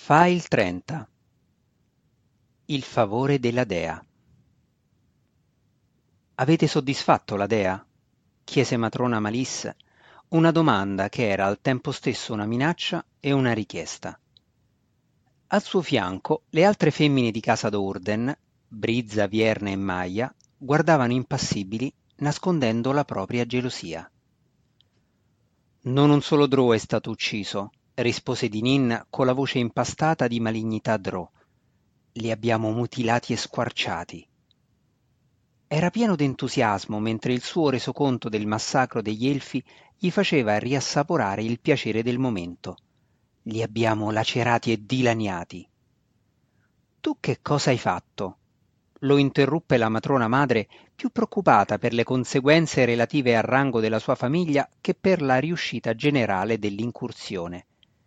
File 30. Il favore della dea. Avete soddisfatto la dea? Chiese matrona Malice, una domanda che era al tempo stesso una minaccia e una richiesta. Al suo fianco le altre femmine di casa Dourdan, Brizza, Vierna e Maia, guardavano impassibili, nascondendo la propria gelosia. Non un solo Drow è stato ucciso, rispose Dinin con la voce impastata di malignità Drow. Li abbiamo mutilati e squarciati. Era pieno d'entusiasmo mentre il suo resoconto del massacro degli Elfi gli faceva riassaporare il piacere del momento. Li abbiamo lacerati e dilaniati. Tu che cosa hai fatto? Lo interruppe la matrona madre, più preoccupata per le conseguenze relative al rango della sua famiglia che per la riuscita generale dell'incursione.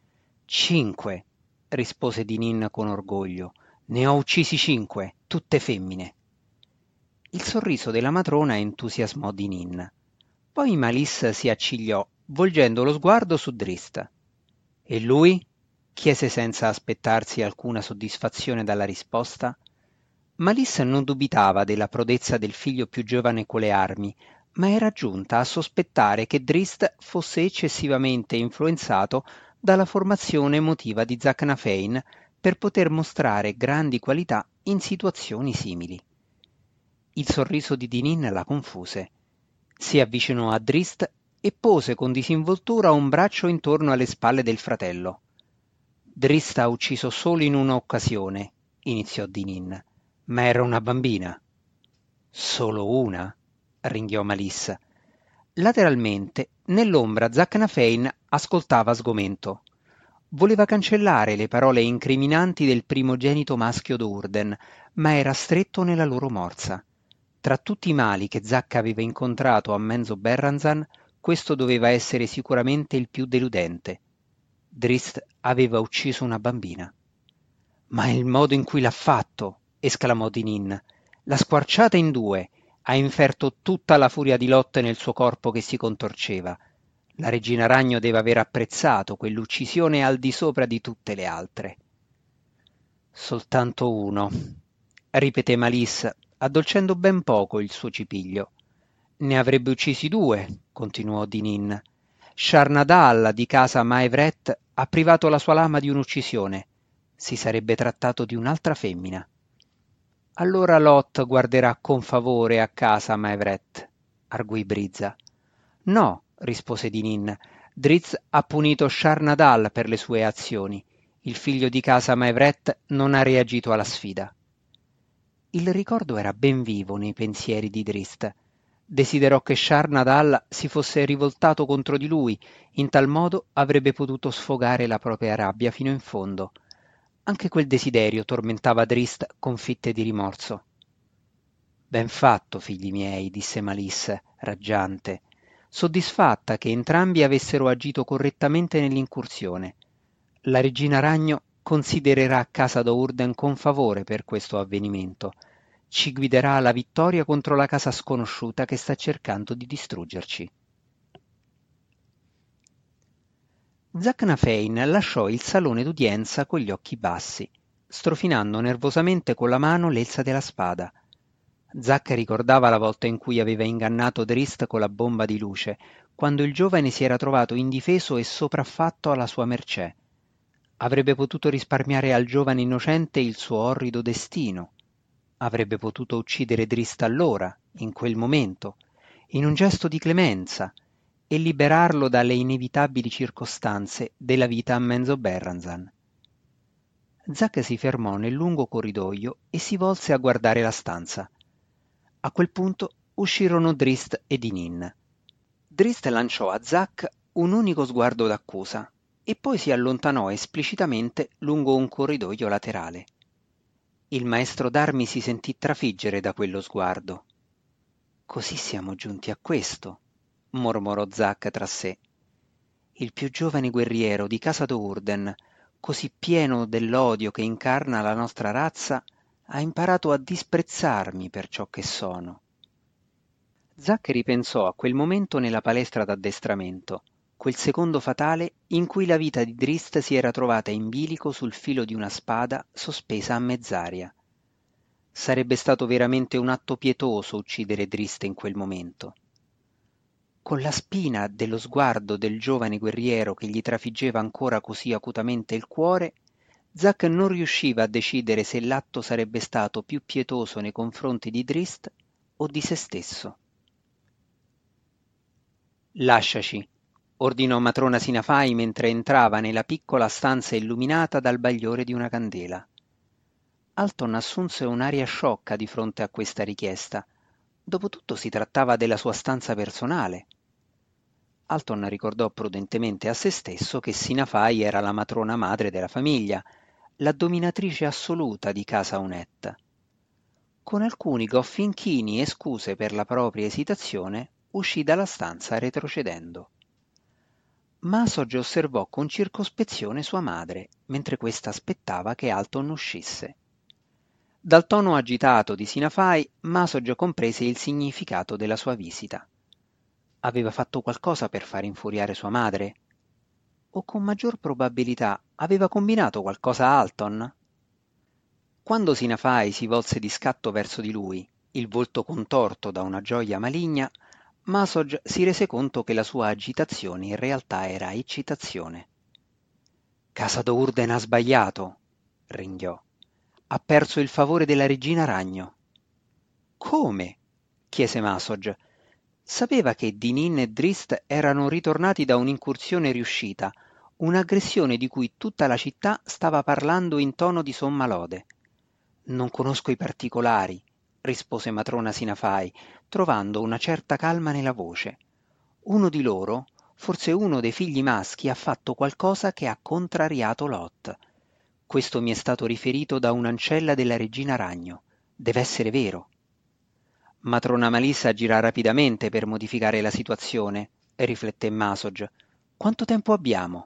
5, rispose Dinin con orgoglio. Ne ho uccisi 5, tutte femmine. Il sorriso della matrona entusiasmò Dinin. Poi Malice si accigliò, volgendo lo sguardo su Drist. E lui? Chiese senza aspettarsi alcuna soddisfazione dalla risposta. Malice non dubitava della prodezza del figlio più giovane con le armi, ma era giunta a sospettare che Drist fosse eccessivamente influenzato dalla formazione emotiva di Zacnafein per poter mostrare grandi qualità in situazioni simili. Il sorriso di Dinin la confuse. Si avvicinò a Drist e pose con disinvoltura un braccio intorno alle spalle del fratello. Drist ha ucciso solo in una occasione, iniziò Dinin, ma era una bambina. Solo una? Ringhiò Malice. Lateralmente, nell'ombra, Zacnafein ascoltava sgomento. Voleva cancellare le parole incriminanti del primogenito maschio d'Urden, ma era stretto nella loro morsa. Tra tutti i mali che Zac aveva incontrato a Menzoberranzan, questo doveva essere sicuramente il più deludente. Drist aveva ucciso una bambina. Ma il modo in cui l'ha fatto! Esclamò Dinin. L'ha squarciata in due, ha inferto tutta la furia di Lot nel suo corpo che si contorceva. La regina ragno deve aver apprezzato quell'uccisione al di sopra di tutte le altre. Soltanto uno, ripeté Malice, addolcendo ben poco il suo cipiglio. Ne avrebbe uccisi due, continuò Dinin. Sharnadal di casa Maevret ha privato la sua lama di un'uccisione. Si sarebbe trattato di un'altra femmina. Allora Lot guarderà con favore a casa Maevret, arguì Brizza. No, rispose Dinin. Drizzt ha punito Sharnadal per le sue azioni. Il figlio di casa Maevret non ha reagito alla sfida. Il ricordo era ben vivo nei pensieri di Drist. Desiderò che Sharnadal si fosse rivoltato contro di lui, in tal modo avrebbe potuto sfogare la propria rabbia fino in fondo. Anche quel desiderio tormentava Drist con fitte di rimorso. Ben fatto, figli miei, disse Malice, raggiante, soddisfatta che entrambi avessero agito correttamente nell'incursione. La regina ragno considererà casa Dourdan con favore per questo avvenimento. Ci guiderà alla vittoria contro la casa sconosciuta che sta cercando di distruggerci. Zacnafein lasciò il salone d'udienza con gli occhi bassi, strofinando nervosamente con la mano l'elsa della spada. Zac ricordava la volta in cui aveva ingannato Drist con la bomba di luce, quando il giovane si era trovato indifeso e sopraffatto alla sua mercé. Avrebbe potuto risparmiare al giovane innocente il suo orrido destino. Avrebbe potuto uccidere Drist allora, in quel momento, in un gesto di clemenza, e liberarlo dalle inevitabili circostanze della vita a Menzoberranzan. Zac si fermò nel lungo corridoio e si volse a guardare la stanza. A quel punto uscirono Drist e Dinin. Drist lanciò a Zac un unico sguardo d'accusa e poi si allontanò esplicitamente lungo un corridoio laterale. Il maestro d'armi si sentì trafiggere da quello sguardo. Così siamo giunti a questo, mormorò Zac tra sé. Il più giovane guerriero di casa Dourdan, così pieno dell'odio che incarna la nostra razza, ha imparato a disprezzarmi per ciò che sono. Zac ripensò a quel momento nella palestra d'addestramento. quel secondo fatale in cui la vita di Drist si era trovata in bilico sul filo di una spada sospesa a mezz'aria. Sarebbe stato veramente un atto pietoso uccidere Drist in quel momento. Con la spina dello sguardo del giovane guerriero che gli trafiggeva ancora così acutamente il cuore, Zack non riusciva a decidere se l'atto sarebbe stato più pietoso nei confronti di Drist o di se stesso. «Lasciaci», ordinò matrona Sinafai mentre entrava nella piccola stanza illuminata dal bagliore di una candela. Alton assunse un'aria sciocca di fronte a questa richiesta. Dopotutto si trattava della sua stanza personale. Alton ricordò prudentemente a se stesso che Sinafai era la matrona madre della famiglia, la dominatrice assoluta di casa Unetta. Con alcuni goffi inchini e scuse per la propria esitazione, uscì dalla stanza retrocedendo. Masog osservò con circospezione sua madre, mentre questa aspettava che Alton uscisse. Dal tono agitato di Sinafai, Masog comprese il significato della sua visita. Aveva fatto qualcosa per far infuriare sua madre? O con maggior probabilità aveva combinato qualcosa a Alton? Quando Sinafai si volse di scatto verso di lui, il volto contorto da una gioia maligna, Masog si rese conto che la sua agitazione in realtà era eccitazione. «Casa Dourden ha sbagliato», ringhiò. «Ha perso il favore della regina Ragno». «Come?» chiese Masog. Sapeva che Dinin e Drist erano ritornati da un'incursione riuscita, un'aggressione di cui tutta la città stava parlando in tono di somma lode. «Non conosco i particolari», rispose matrona Sinafai, trovando una certa calma nella voce. «Uno di loro, forse uno dei figli maschi, ha fatto qualcosa che ha contrariato Lot. Questo mi è stato riferito da un'ancella della regina Ragno. Deve essere vero». Matrona Malissa girà rapidamente per modificare la situazione, rifletté Masog. «Quanto tempo abbiamo?»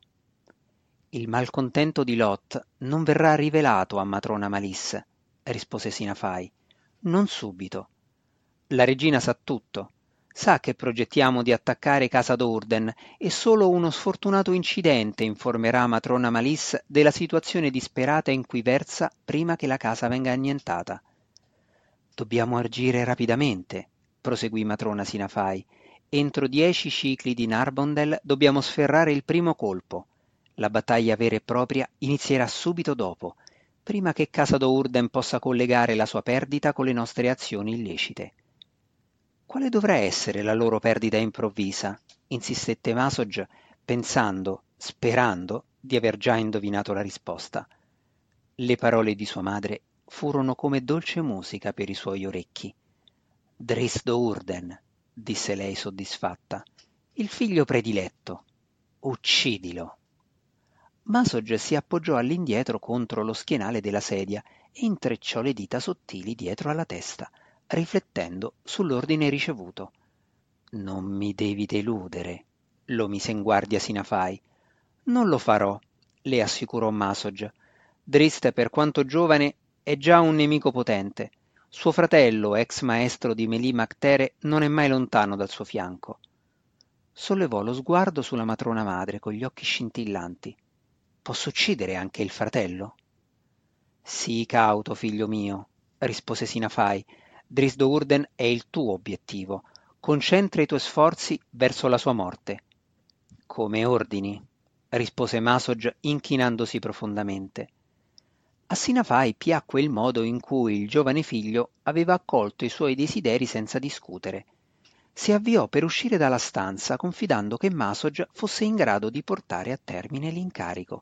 «Il malcontento di Lot non verrà rivelato a matrona Malissa», rispose Sinafai. «Non subito. La regina sa tutto. Sa che progettiamo di attaccare casa Dourden e solo uno sfortunato incidente informerà matrona Malice della situazione disperata in cui versa prima che la casa venga annientata». «Dobbiamo agire rapidamente», proseguì matrona Sinafai. «Entro 10 cicli di Narbondel dobbiamo sferrare il primo colpo. La battaglia vera e propria inizierà subito dopo, prima che casa Dourden possa collegare la sua perdita con le nostre azioni illecite». «Quale dovrà essere la loro perdita improvvisa?» insistette Masog, pensando, sperando, di aver già indovinato la risposta. Le parole di sua madre furono come dolce musica per i suoi orecchi. «Dris Dourden», disse lei soddisfatta, «il figlio prediletto. Uccidilo». Masog si appoggiò all'indietro contro lo schienale della sedia e intrecciò le dita sottili dietro alla testa, riflettendo sull'ordine ricevuto. «Non mi devi deludere», lo mise in guardia Sinafai. «Non lo farò», le assicurò Masog. «Drist, per quanto giovane, è già un nemico potente. Suo fratello, ex maestro di Meli Mactere, non è mai lontano dal suo fianco». Sollevò lo sguardo sulla matrona madre con gli occhi scintillanti. «Posso uccidere anche il fratello?» «Sii cauto, figlio mio», rispose Sinafai. «Dris Dourden è il tuo obiettivo. Concentra i tuoi sforzi verso la sua morte». «Come ordini», rispose Masog inchinandosi profondamente. A Sinafai piacque il modo in cui il giovane figlio aveva accolto i suoi desideri senza discutere. Si avviò per uscire dalla stanza confidando che Masog fosse in grado di portare a termine l'incarico.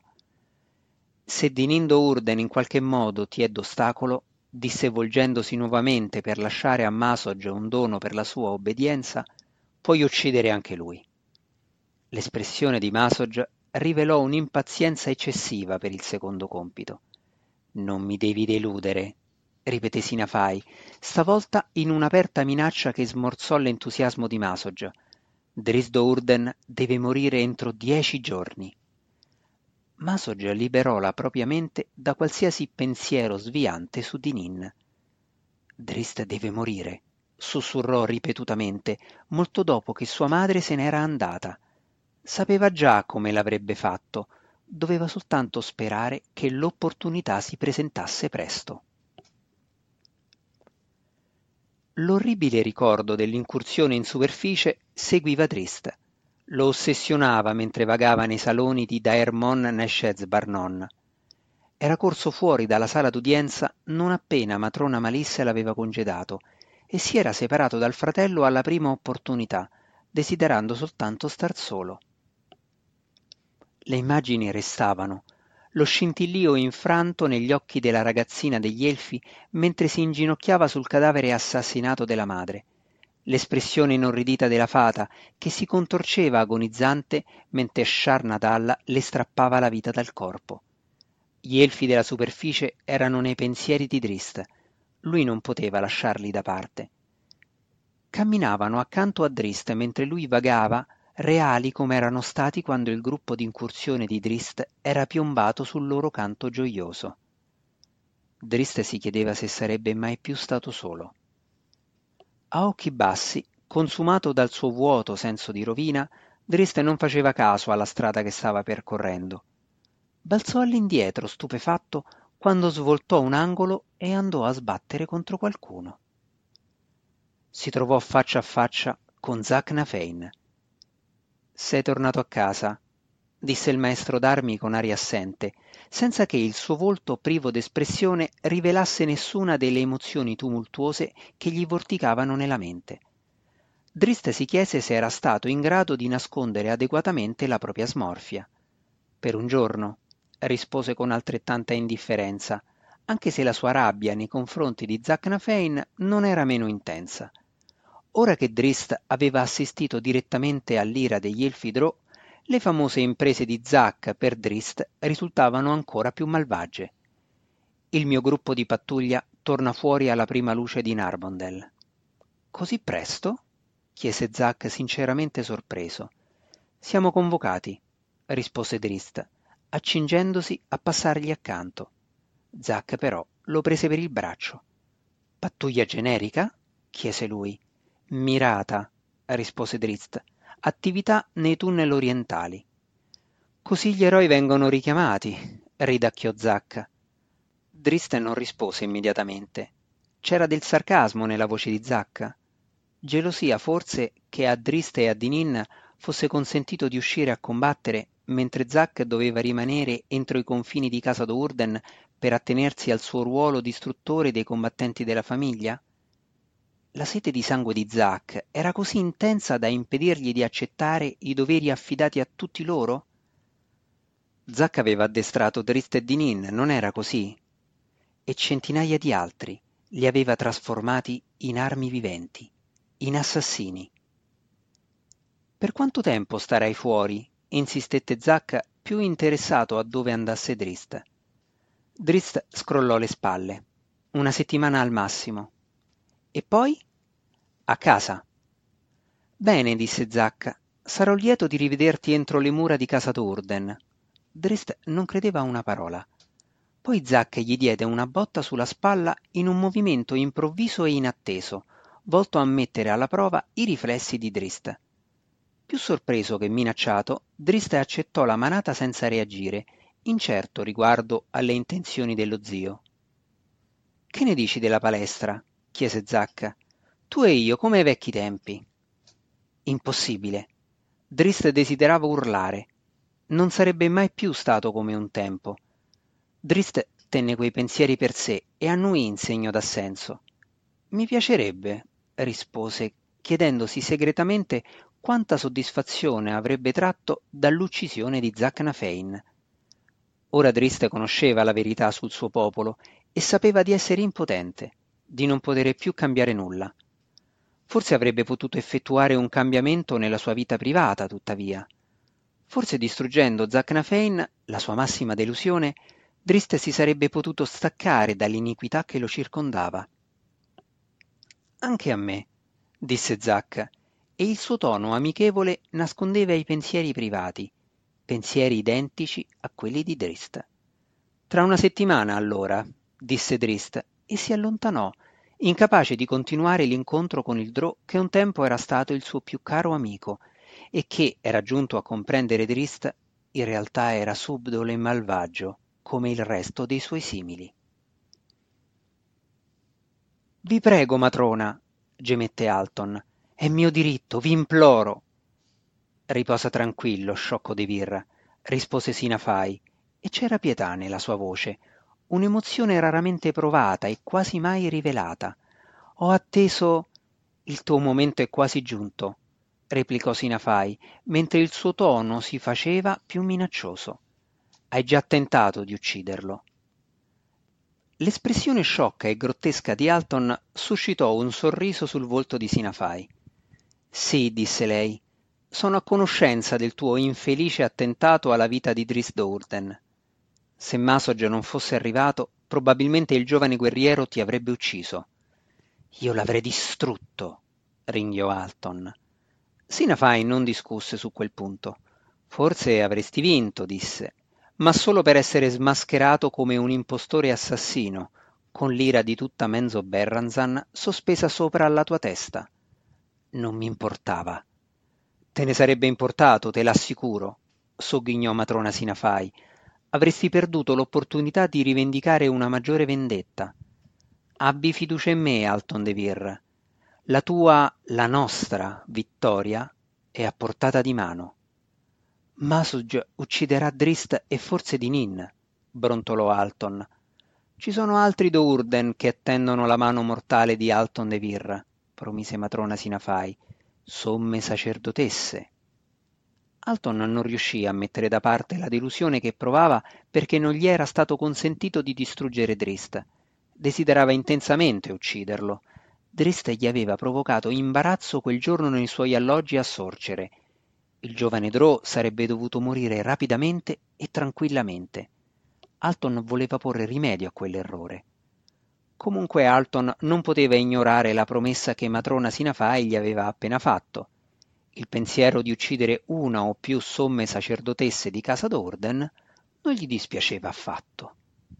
«Se Dinindo Urden in qualche modo ti è d'ostacolo», disse volgendosi nuovamente per lasciare a Masog un dono per la sua obbedienza, «puoi uccidere anche lui». L'espressione di Masog rivelò un'impazienza eccessiva per il secondo compito. «Non mi devi deludere», ripeté Sinafai, stavolta in un'aperta minaccia che smorzò l'entusiasmo di Masog. «Dris Dourden deve morire entro 10 giorni». Masog liberò la propria mente da qualsiasi pensiero sviante su Dinin. «Drist deve morire», sussurrò ripetutamente, molto dopo che sua madre se n'era andata. Sapeva già come l'avrebbe fatto, doveva soltanto sperare che l'opportunità si presentasse presto. L'orribile ricordo dell'incursione in superficie seguiva Drist. Lo ossessionava mentre vagava nei saloni di Daer Mon Neshez Barnon. Era corso fuori dalla sala d'udienza non appena matrona Malisse l'aveva congedato e si era separato dal fratello alla prima opportunità, desiderando soltanto star solo. Le immagini restavano, lo scintillio infranto negli occhi della ragazzina degli Elfi mentre si inginocchiava sul cadavere assassinato della madre, l'espressione inorridita della fata che si contorceva agonizzante mentre Sharnadalla le strappava la vita dal corpo. Gli Elfi della superficie erano nei pensieri di Drist, lui non poteva lasciarli da parte. Camminavano accanto a Drist mentre lui vagava, reali come erano stati quando il gruppo d'incursione di Drist era piombato sul loro canto gioioso. Drist si chiedeva se sarebbe mai più stato solo. A occhi bassi, consumato dal suo vuoto senso di rovina, Drist non faceva caso alla strada che stava percorrendo. Balzò all'indietro, stupefatto, quando svoltò un angolo e andò a sbattere contro qualcuno. Si trovò faccia a faccia con Zacna Fein. «Sei tornato a casa», disse il maestro d'armi con aria assente, senza che il suo volto privo d'espressione rivelasse nessuna delle emozioni tumultuose che gli vorticavano nella mente. Drist si chiese se era stato in grado di nascondere adeguatamente la propria smorfia. «Per un giorno», rispose con altrettanta indifferenza, anche se la sua rabbia nei confronti di Zacna Fein non era meno intensa. Ora che Drist aveva assistito direttamente all'ira degli Elfi Drò, le famose imprese di Zack per Drist risultavano ancora più malvagie. «Il mio gruppo di pattuglia torna fuori alla prima luce di Narbondel». «Così presto?» chiese Zack sinceramente sorpreso. «Siamo convocati», rispose Drist, accingendosi a passargli accanto. Zack però lo prese per il braccio. «Pattuglia generica?» chiese lui. «Mirata», rispose Drist, «attività nei tunnel orientali». «Così gli eroi vengono richiamati», ridacchiò Zack. Drist non rispose immediatamente. C'era del sarcasmo nella voce di Zack. Gelosia forse che a Drist e a Dinin fosse consentito di uscire a combattere mentre Zack doveva rimanere entro i confini di casa d'Urden per attenersi al suo ruolo di istruttore dei combattenti della famiglia? La sete di sangue di Zack era così intensa da impedirgli di accettare i doveri affidati a tutti loro? Zack aveva addestrato Drist e Dinin, non era così? E centinaia di altri li aveva trasformati in armi viventi, in assassini. «Per quanto tempo starai fuori?» insistette Zack, più interessato a dove andasse Drist. Drist scrollò le spalle. «Una settimana al massimo». «E poi?» «A casa». «Bene», disse Zack, «sarò lieto di rivederti entro le mura di casa d'Urden». Drist non credeva a una parola. Poi Zack gli diede una botta sulla spalla in un movimento improvviso e inatteso, volto a mettere alla prova i riflessi di Drist. Più sorpreso che minacciato, Drist accettò la manata senza reagire, incerto riguardo alle intenzioni dello zio. «Che ne dici della palestra?» chiese Zack. «Tu e io, come ai vecchi tempi». Impossibile. Drist desiderava urlare. Non sarebbe mai più stato come un tempo. Drist tenne quei pensieri per sé e annuì in segno d'assenso. «Mi piacerebbe», rispose, chiedendosi segretamente quanta soddisfazione avrebbe tratto dall'uccisione di Zacna Fein. Ora Drist conosceva la verità sul suo popolo e sapeva di essere impotente, di non potere più cambiare nulla. Forse avrebbe potuto effettuare un cambiamento nella sua vita privata, tuttavia. Forse distruggendo Zacna Fein, la sua massima delusione, Drist si sarebbe potuto staccare dall'iniquità che lo circondava. «Anche a me», disse Zack, e il suo tono amichevole nascondeva i pensieri privati, pensieri identici a quelli di Drist. «Tra una settimana, allora», disse Drist, e si allontanò, incapace di continuare l'incontro con il Drò che un tempo era stato il suo più caro amico, e che, era giunto a comprendere Drist, in realtà era subdolo e malvagio, come il resto dei suoi simili. «Vi prego, matrona», gemette Alton, «è mio diritto, vi imploro». «Riposa tranquillo, sciocco de Virra», rispose Sinafai, e c'era pietà nella sua voce, un'emozione raramente provata e quasi mai rivelata. «Ho atteso...» «Il tuo momento è quasi giunto», replicò Sinafai, mentre il suo tono si faceva più minaccioso. «Hai già tentato di ucciderlo». L'espressione sciocca e grottesca di Alton suscitò un sorriso sul volto di Sinafai. «Sì», disse lei, «sono a conoscenza del tuo infelice attentato alla vita di Drizzt Do'Urden. Se Masog non fosse arrivato, probabilmente il giovane guerriero ti avrebbe ucciso». «Io l'avrei distrutto», ringhiò Alton. Sinafai non discusse su quel punto. «Forse avresti vinto», disse, «ma solo per essere smascherato come un impostore assassino, con l'ira di tutta Menzoberranzan sospesa sopra alla tua testa». «Non mi importava». «Te ne sarebbe importato, te l'assicuro», sogghignò matrona Sinafai. «Avresti perduto l'opportunità di rivendicare una maggiore vendetta. Abbi fiducia in me, Alton de Vir. La nostra vittoria è a portata di mano». «Masug ucciderà Drizzt e forse Dinin», brontolò Alton. «Ci sono altri Do'Urden che attendono la mano mortale di Alton de Vir», promise matrona Sinafai. «Somme sacerdotesse». Alton non riuscì a mettere da parte la delusione che provava perché non gli era stato consentito di distruggere Drizzt. Desiderava intensamente ucciderlo. Drizzt gli aveva provocato imbarazzo quel giorno nei suoi alloggi a Sorcere. Il giovane Drow sarebbe dovuto morire rapidamente e tranquillamente. Alton voleva porre rimedio a quell'errore. Comunque Alton non poteva ignorare la promessa che matrona Sinafai gli aveva appena fatto. Il pensiero di uccidere una o più somme sacerdotesse di casa Do'Urden non gli dispiaceva affatto.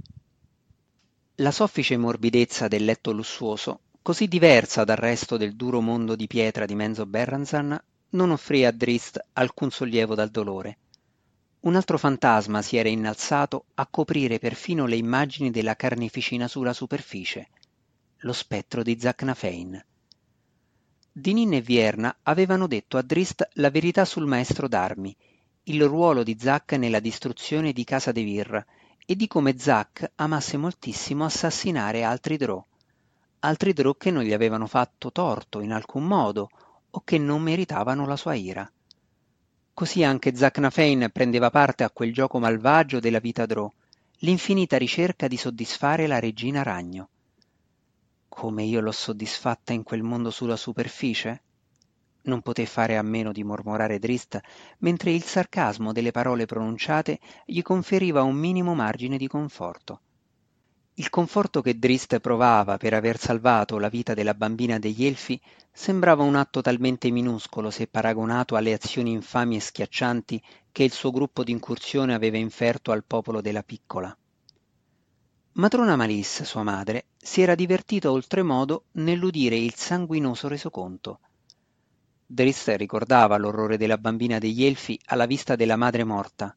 La soffice morbidezza del letto lussuoso, così diversa dal resto del duro mondo di pietra di Menzoberranzan, non offrì a Drizzt alcun sollievo dal dolore. Un altro fantasma si era innalzato a coprire perfino le immagini della carneficina sulla superficie, lo spettro di Zacnafein. Dinin e Vierna avevano detto a Drizzt la verità sul maestro d'armi, il ruolo di Zac nella distruzione di Casa de Vir e di come Zac amasse moltissimo assassinare altri Drow che non gli avevano fatto torto in alcun modo o che non meritavano la sua ira. Così anche Zacnafein prendeva parte a quel gioco malvagio della vita Drow, l'infinita ricerca di soddisfare la regina ragno. «Come io l'ho soddisfatta in quel mondo sulla superficie?» Non poté fare a meno di mormorare Drizzt, mentre il sarcasmo delle parole pronunciate gli conferiva un minimo margine di conforto. Il conforto che Drizzt provava per aver salvato la vita della bambina degli Elfi sembrava un atto talmente minuscolo se paragonato alle azioni infami e schiaccianti che il suo gruppo d'incursione aveva inferto al popolo della Piccola. Matrona Malice, sua madre, si era divertita oltremodo nell'udire il sanguinoso resoconto. Drizzt ricordava l'orrore della bambina degli Elfi alla vista della madre morta.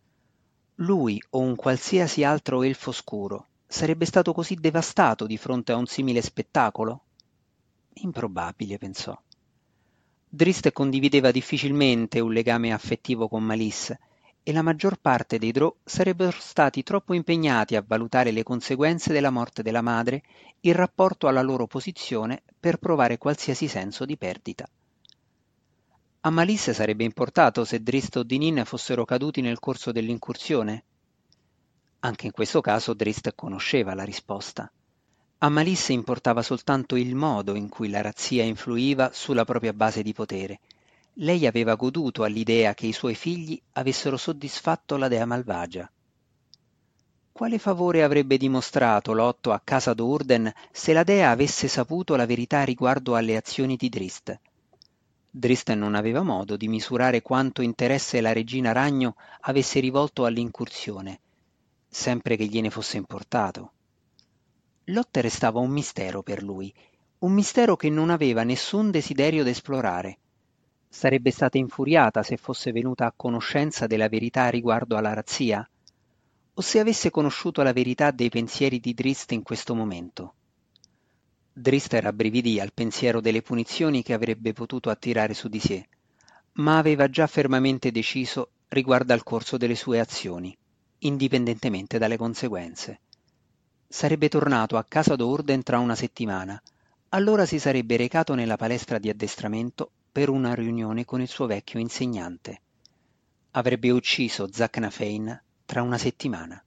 Lui o un qualsiasi altro elfo scuro sarebbe stato così devastato di fronte a un simile spettacolo? Improbabile, pensò. Drizzt condivideva difficilmente un legame affettivo con Malice e la maggior parte dei Drow sarebbero stati troppo impegnati a valutare le conseguenze della morte della madre in rapporto alla loro posizione per provare qualsiasi senso di perdita. A Malice sarebbe importato se Drizzt o Dinin fossero caduti nel corso dell'incursione? Anche in questo caso Drizzt conosceva la risposta. A Malice importava soltanto il modo in cui la razzia influiva sulla propria base di potere. Lei aveva goduto all'idea che i suoi figli avessero soddisfatto la dea malvagia. Quale favore avrebbe dimostrato Lotto a casa Do'Urden se la dea avesse saputo la verità riguardo alle azioni di Drizzt? Drizzt non aveva modo di misurare quanto interesse la regina ragno avesse rivolto all'incursione, sempre che gliene fosse importato. Lot restava un mistero per lui, un mistero che non aveva nessun desiderio d'esplorare. Sarebbe stata infuriata se fosse venuta a conoscenza della verità riguardo alla razzia, o se avesse conosciuto la verità dei pensieri di Drist in questo momento. Drist rabbrividì al pensiero delle punizioni che avrebbe potuto attirare su di sé, ma aveva già fermamente deciso riguardo al corso delle sue azioni, indipendentemente dalle conseguenze. Sarebbe tornato a casa d'Orden tra una settimana, allora si sarebbe recato nella palestra di addestramento per una riunione con il suo vecchio insegnante. Avrebbe ucciso Zacnafein tra una settimana.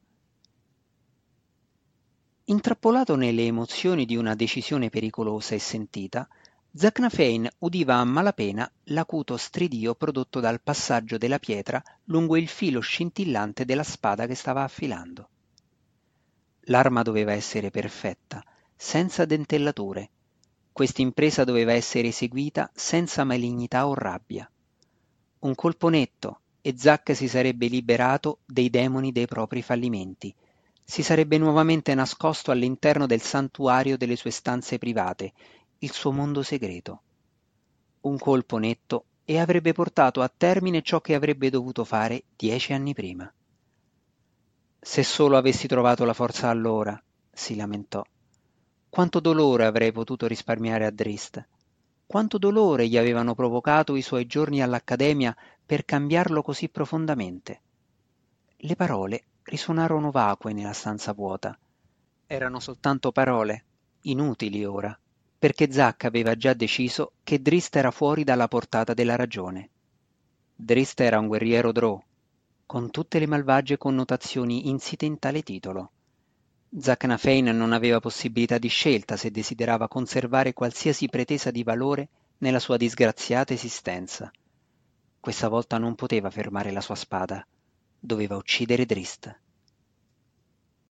Intrappolato nelle emozioni di una decisione pericolosa e sentita, Zacnafein udiva a malapena l'acuto stridio prodotto dal passaggio della pietra lungo il filo scintillante della spada che stava affilando. L'arma doveva essere perfetta, senza dentellature. Quest'impresa doveva essere eseguita senza malignità o rabbia. Un colpo netto e Zack si sarebbe liberato dei demoni dei propri fallimenti. Si sarebbe nuovamente nascosto all'interno del santuario delle sue stanze private, il suo mondo segreto. Un colpo netto e avrebbe portato a termine ciò che avrebbe dovuto fare 10 anni prima. Se solo avessi trovato la forza allora, si lamentò. Quanto dolore avrei potuto risparmiare a Drist. Quanto dolore gli avevano provocato i suoi giorni all'Accademia per cambiarlo così profondamente. Le parole risuonarono vacue nella stanza vuota. Erano soltanto parole, inutili ora, perché Zack aveva già deciso che Drist era fuori dalla portata della ragione. Drist era un guerriero Drow, con tutte le malvagie connotazioni insite in tale titolo. Zacnafein non aveva possibilità di scelta se desiderava conservare qualsiasi pretesa di valore nella sua disgraziata esistenza. Questa volta non poteva fermare la sua spada, doveva uccidere Drist.